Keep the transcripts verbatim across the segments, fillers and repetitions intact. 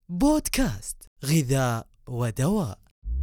بودكاست غذاء ودواء.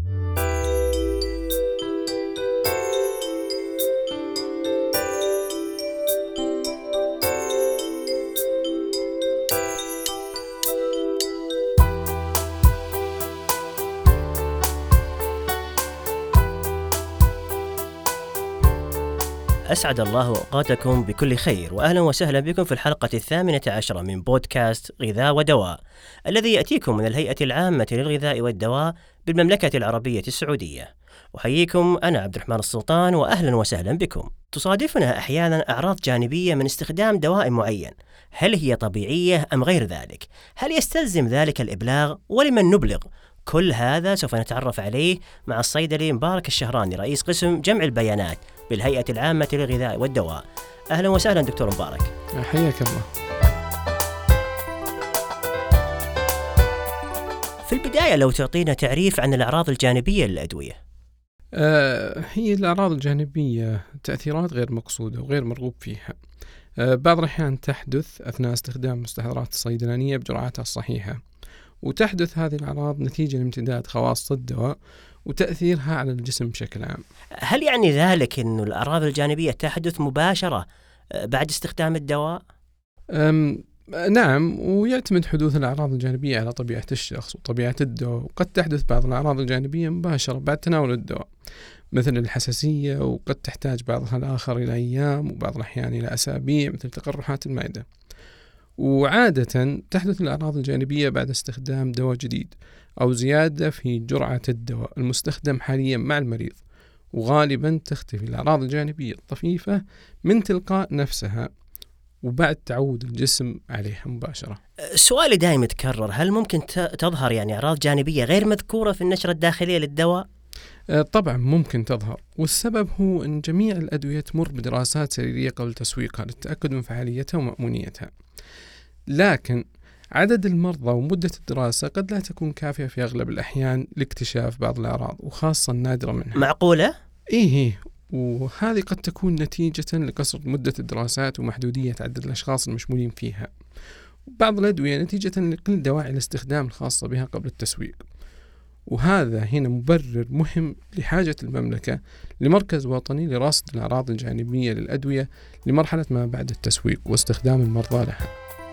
أسعد الله أوقاتكم بكل خير، وأهلا وسهلا بكم في الحلقة الثامنة عشرة من بودكاست غذاء ودواء، الذي يأتيكم من الهيئة العامة للغذاء والدواء بالمملكة العربية السعودية. أحييكم، أنا عبد الرحمن السلطان، وأهلا وسهلا بكم. تصادفنا أحيانا أعراض جانبية من استخدام دواء معين، هل هي طبيعية أم غير ذلك؟ هل يستلزم ذلك الإبلاغ؟ ولمن نبلغ؟ كل هذا سوف نتعرف عليه مع الصيدلي مبارك الشهراني، رئيس قسم جمع البيانات بالهيئة العامة للغذاء والدواء. أهلا وسهلا دكتور مبارك. حياك الله. في البداية لو تعطينا تعريف عن الأعراض الجانبية للأدوية. آه هي الأعراض الجانبية تأثيرات غير مقصودة وغير مرغوب فيها. آه بعض الأحيان تحدث أثناء استخدام المستحضرات الصيدلانية بجرعاتها الصحيحة، وتحدث هذه الأعراض نتيجة لامتداد خواص الدواء وتأثيرها على الجسم بشكل عام. هل يعني ذلك أن الأعراض الجانبية تحدث مباشرة بعد استخدام الدواء؟ نعم، ويعتمد حدوث الأعراض الجانبية على طبيعة الشخص وطبيعة الدواء، وقد تحدث بعض الأعراض الجانبية مباشرة بعد تناول الدواء مثل الحساسية، وقد تحتاج بعضها الآخر إلى أيام وبعض الأحيان إلى أسابيع مثل تقرحات المعدة. وعادة تحدث الأعراض الجانبية بعد استخدام دواء جديد أو زيادة في جرعة الدواء المستخدم حاليا مع المريض، وغالبا تختفي الأعراض الجانبية الطفيفة من تلقاء نفسها وبعد تعود الجسم عليها مباشرة. سؤالي دائما يتكرر، هل ممكن تظهر يعني أعراض جانبية غير مذكورة في النشرة الداخلية للدواء؟ طبعا ممكن تظهر، والسبب هو أن جميع الأدوية تمر بدراسات سريرية قبل تسويقها للتأكد من فعاليتها ومأمونيتها، لكن عدد المرضى ومدة الدراسة قد لا تكون كافية في أغلب الأحيان لاكتشاف بعض الأعراض، وخاصة النادرة منها. معقولة؟ إيه، وهذه قد تكون نتيجة لقصر مدة الدراسات ومحدودية عدد الأشخاص المشمولين فيها. بعض الأدوية نتيجة لقل دواعي الاستخدام الخاصة بها قبل التسويق، وهذا هنا مبرر مهم لحاجة المملكة لمركز وطني لرصد الأعراض الجانبية للأدوية لمرحلة ما بعد التسويق واستخدام المرضى لها.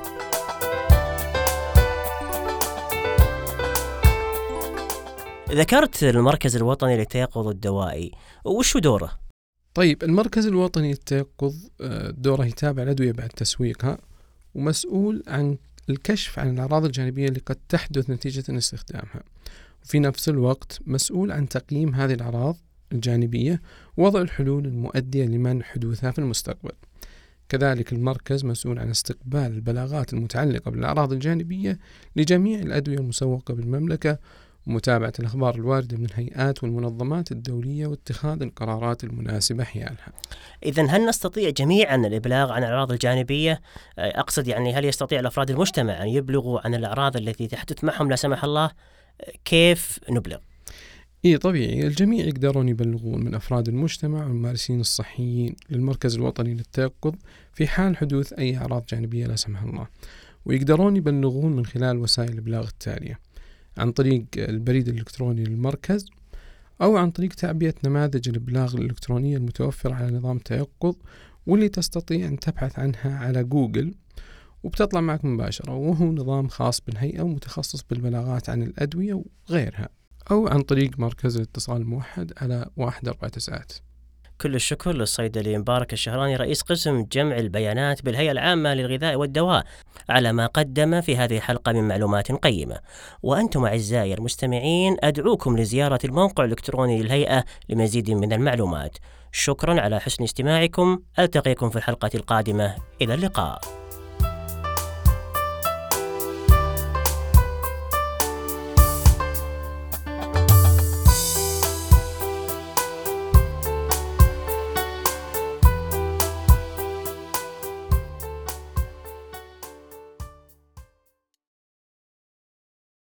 ذكرت المركز الوطني للتيقظ الدوائي، وش دوره؟ طيب، المركز الوطني للتيقظ دوره يتابع الأدوية بعد تسويقها، ومسؤول عن الكشف عن الأعراض الجانبية اللي قد تحدث نتيجة استخدامها، وفي نفس الوقت مسؤول عن تقييم هذه الأعراض الجانبية ووضع الحلول المؤدية لمنع حدوثها في المستقبل. كذلك المركز مسؤول عن استقبال البلاغات المتعلقة بالأعراض الجانبية لجميع الأدوية المسوقة بالمملكة، ومتابعة الأخبار الواردة من الهيئات والمنظمات الدولية واتخاذ القرارات المناسبة حيالها. إذن هل نستطيع جميعا الإبلاغ عن الأعراض الجانبية؟ أقصد يعني هل يستطيع الأفراد المجتمع أن يبلغوا عن الأعراض التي تحدث معهم لا سمح الله؟ كيف نبلغ؟ إيه طبيعي، الجميع يقدرون يبلغون من أفراد المجتمع والممارسين الصحيين للمركز الوطني للتيقظ في حال حدوث أي أعراض جانبية لا سمح الله، ويقدرون يبلغون من خلال وسائل الإبلاغ التالية: عن طريق البريد الإلكتروني للمركز، أو عن طريق تعبئة نماذج الإبلاغ الإلكترونية المتوفرة على نظام التيقظ، واللي تستطيع أن تبحث عنها على جوجل وبتطلع معك مباشرة، وهو نظام خاص بالهيئة ومتخصص بالبلاغات عن الأدوية وغيرها، أو عن طريق مركز الاتصال الموحد على واحد أربعة تسعات. كل الشكر للصيدلي مبارك الشهراني، رئيس قسم جمع البيانات بالهيئة العامة للغذاء والدواء، على ما قدم في هذه الحلقة من معلومات قيمة. وأنتم أعزائي المستمعين، أدعوكم لزيارة الموقع الإلكتروني للهيئة لمزيد من المعلومات. شكرا على حسن استماعكم، ألتقيكم في الحلقة القادمة، إلى اللقاء.